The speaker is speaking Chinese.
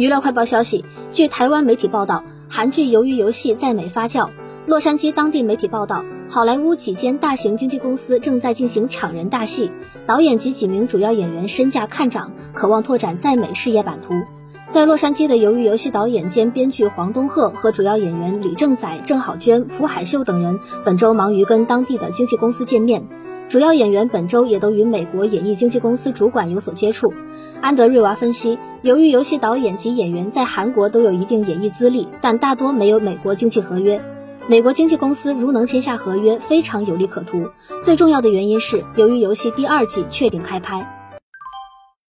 娱乐快报消息，据台湾媒体报道，韩剧《鱿鱼游戏》在美发酵。洛杉矶当地媒体报道，好莱坞几间大型经纪公司正在进行抢人大戏，导演及几名主要演员身价看涨，渴望拓展在美事业版图。在洛杉矶的《鱿鱼游戏》导演兼编剧黄东赫和主要演员李正宰、郑好娟、朴海秀等人本周忙于跟当地的经纪公司见面，主要演员本周也都与美国演艺经纪公司主管有所接触。安德瑞娃分析，由于游戏导演及演员在韩国都有一定演艺资历，但大多没有美国经纪合约。美国经纪公司如能签下合约，非常有利可图。最重要的原因是，由于游戏第2季确定开拍。